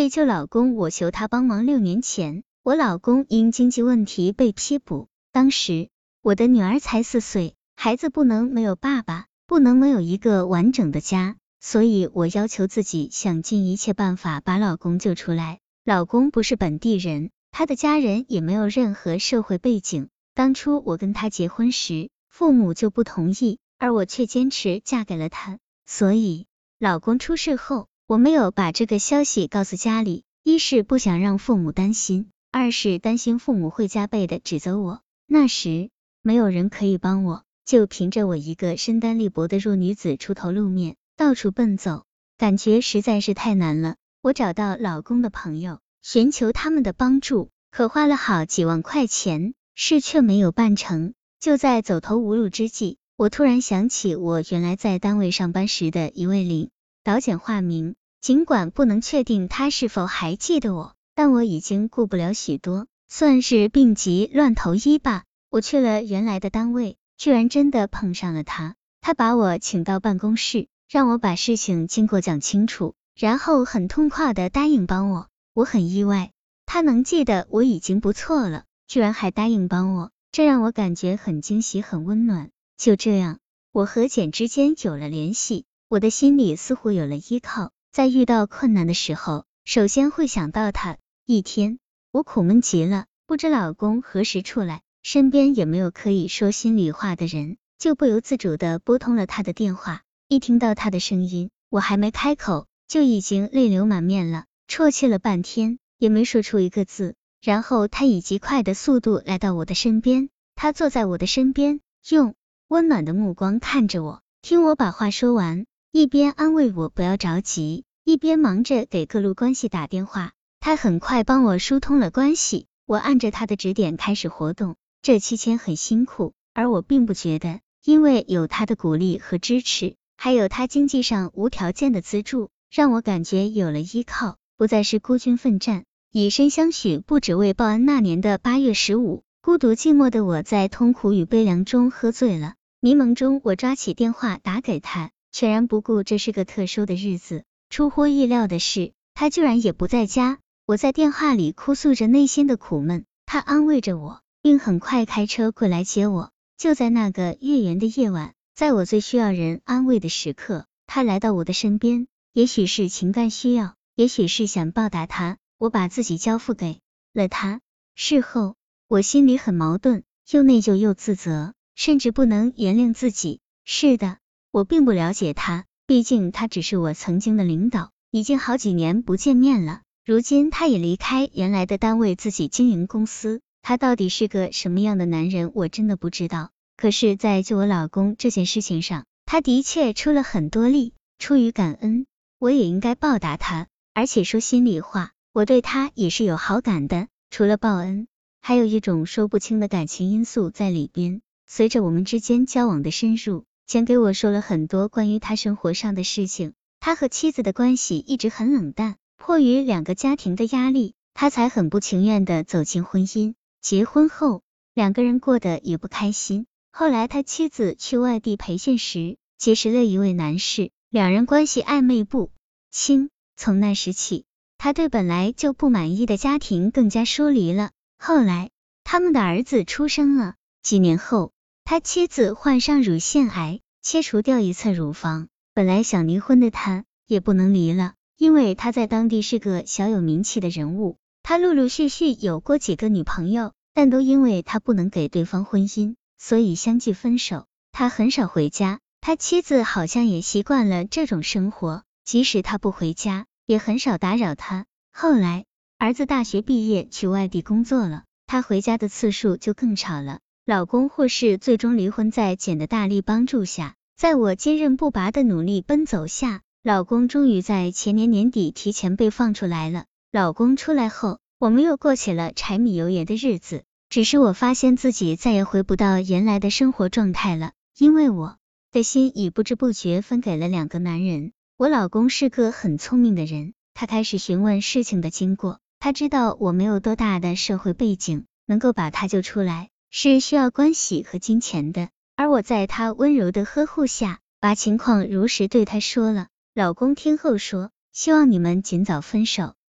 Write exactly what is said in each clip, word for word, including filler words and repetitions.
被救老公，我求他帮忙。六年前，我老公因经济问题被批捕，当时我的女儿才四岁，孩子不能没有爸爸，不能没有一个完整的家，所以我要求自己想尽一切办法把老公救出来。老公不是本地人，他的家人也没有任何社会背景，当初我跟他结婚时，父母就不同意，而我却坚持嫁给了他，所以老公出事后，我没有把这个消息告诉家里，一是不想让父母担心，二是担心父母会加倍的指责我。那时没有人可以帮我，就凭着我一个身单力薄的弱女子出头露面，到处奔走，感觉实在是太难了。我找到老公的朋友，寻求他们的帮助，可花了好几万块钱，事却没有办成。就在走投无路之际，我突然想起我原来在单位上班时的一位领导简化名，尽管不能确定他是否还记得我，但我已经顾不了许多，算是病急乱投医吧。我去了原来的单位，居然真的碰上了他。他把我请到办公室，让我把事情经过讲清楚，然后很痛快的答应帮我。我很意外，他能记得我已经不错了，居然还答应帮我，这让我感觉很惊喜很温暖。就这样，我和简之间有了联系，我的心里似乎有了依靠，在遇到困难的时候，首先会想到他。一天，我苦闷极了，不知老公何时出来，身边也没有可以说心里话的人，就不由自主的拨通了他的电话。一听到他的声音，我还没开口，就已经泪流满面了，啜泣了半天，也没说出一个字。然后他以极快的速度来到我的身边，他坐在我的身边，用温暖的目光看着我，听我把话说完，一边安慰我不要着急，一边忙着给各路关系打电话。他很快帮我疏通了关系，我按着他的指点开始活动。这期间很辛苦，而我并不觉得，因为有他的鼓励和支持，还有他经济上无条件的资助，让我感觉有了依靠，不再是孤军奋战。以身相许不只为报恩。那年的八月十五，孤独寂寞的我在痛苦与悲凉中喝醉了，迷蒙中我抓起电话打给他，全然不顾这是个特殊的日子。出乎意料的是，他居然也不在家。我在电话里哭诉着内心的苦闷，他安慰着我，并很快开车过来接我。就在那个月圆的夜晚，在我最需要人安慰的时刻，他来到我的身边，也许是情感需要，也许是想报答他，我把自己交付给了他。事后，我心里很矛盾，又内疚又自责，甚至不能原谅自己。是的，我并不了解他，毕竟他只是我曾经的领导，已经好几年不见面了。如今他也离开原来的单位，自己经营公司。他到底是个什么样的男人，我真的不知道。可是，在救我老公这件事情上，他的确出了很多力。出于感恩，我也应该报答他。而且说心里话，我对他也是有好感的。除了报恩，还有一种说不清的感情因素在里边。随着我们之间交往的深入，简给我说了很多关于他生活上的事情。他和妻子的关系一直很冷淡。迫于两个家庭的压力，他才很不情愿的走进婚姻。结婚后，两个人过得也不开心。后来他妻子去外地培训时，结识了一位男士，两人关系暧昧不清。从那时起，他对本来就不满意的家庭更加疏离了。后来，他们的儿子出生了。几年后，他妻子患上乳腺癌，切除掉一侧乳房。本来想离婚的他，也不能离了。因为他在当地是个小有名气的人物，他陆陆续续有过几个女朋友，但都因为他不能给对方婚姻，所以相继分手。他很少回家，他妻子好像也习惯了这种生活，即使他不回家，也很少打扰他。后来，儿子大学毕业去外地工作了，他回家的次数就更少了。老公或是最终离婚，在简的大力帮助下，在我坚韧不拔的努力奔走下，老公终于在前年年底提前被放出来了。老公出来后，我们又过起了柴米油盐的日子，只是我发现自己再也回不到原来的生活状态了，因为我的心已不知不觉分给了两个男人。我老公是个很聪明的人，他开始询问事情的经过，他知道我没有多大的社会背景，能够把他救出来，是需要关系和金钱的，而我在他温柔的呵护下，把情况如实对他说了。老公听后说，希望你们尽早分手，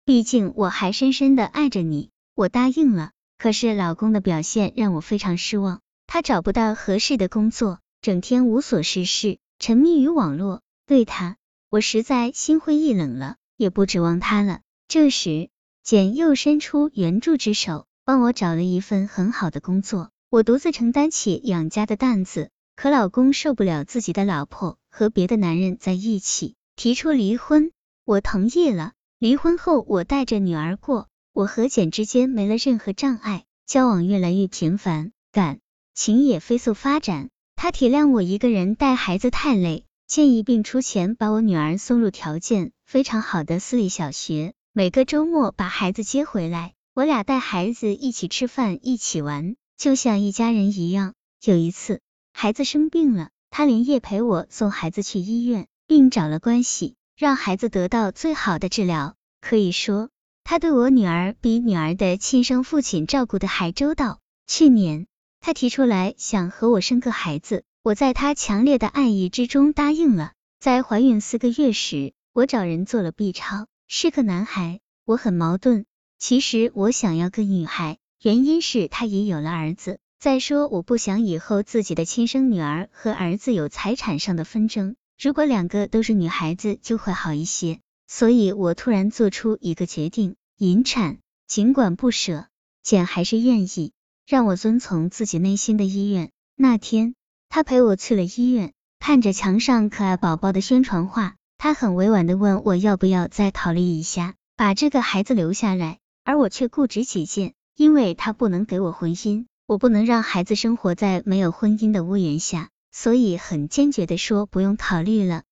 毕竟我还深深的爱着你。我答应了，可是老公的表现让我非常失望，他找不到合适的工作，整天无所事事，沉迷于网络，对他，我实在心灰意冷了，也不指望他了。这时，简又伸出援助之手，帮我找了一份很好的工作，我独自承担起养家的担子。可老公受不了自己的老婆和别的男人在一起，提出离婚，我同意了。离婚后，我带着女儿过，我和简之间没了任何障碍，交往越来越频繁，感情也飞速发展。他体谅我一个人带孩子太累，建议并出钱把我女儿送入条件非常好的私立小学，每个周末把孩子接回来，我俩带孩子一起吃饭，一起玩，就像一家人一样。有一次，孩子生病了，他连夜陪我送孩子去医院，并找了关系，让孩子得到最好的治疗。可以说，他对我女儿比女儿的亲生父亲照顾的还周到。去年，他提出来想和我生个孩子，我在他强烈的爱意之中答应了。在怀孕四个月时，我找人做了 B 超，是个男孩，我很矛盾。其实我想要个女孩，原因是他也有了儿子。再说，我不想以后自己的亲生女儿和儿子有财产上的纷争，如果两个都是女孩子就会好一些。所以我突然做出一个决定，引产。尽管不舍，简还是愿意让我遵从自己内心的意愿。那天，他陪我去了医院，看着墙上可爱宝宝的宣传画，他很委婉的问我要不要再考虑一下，把这个孩子留下来，而我却固执己见，因为他不能给我婚姻，我不能让孩子生活在没有婚姻的屋檐下，所以很坚决的说不用考虑了。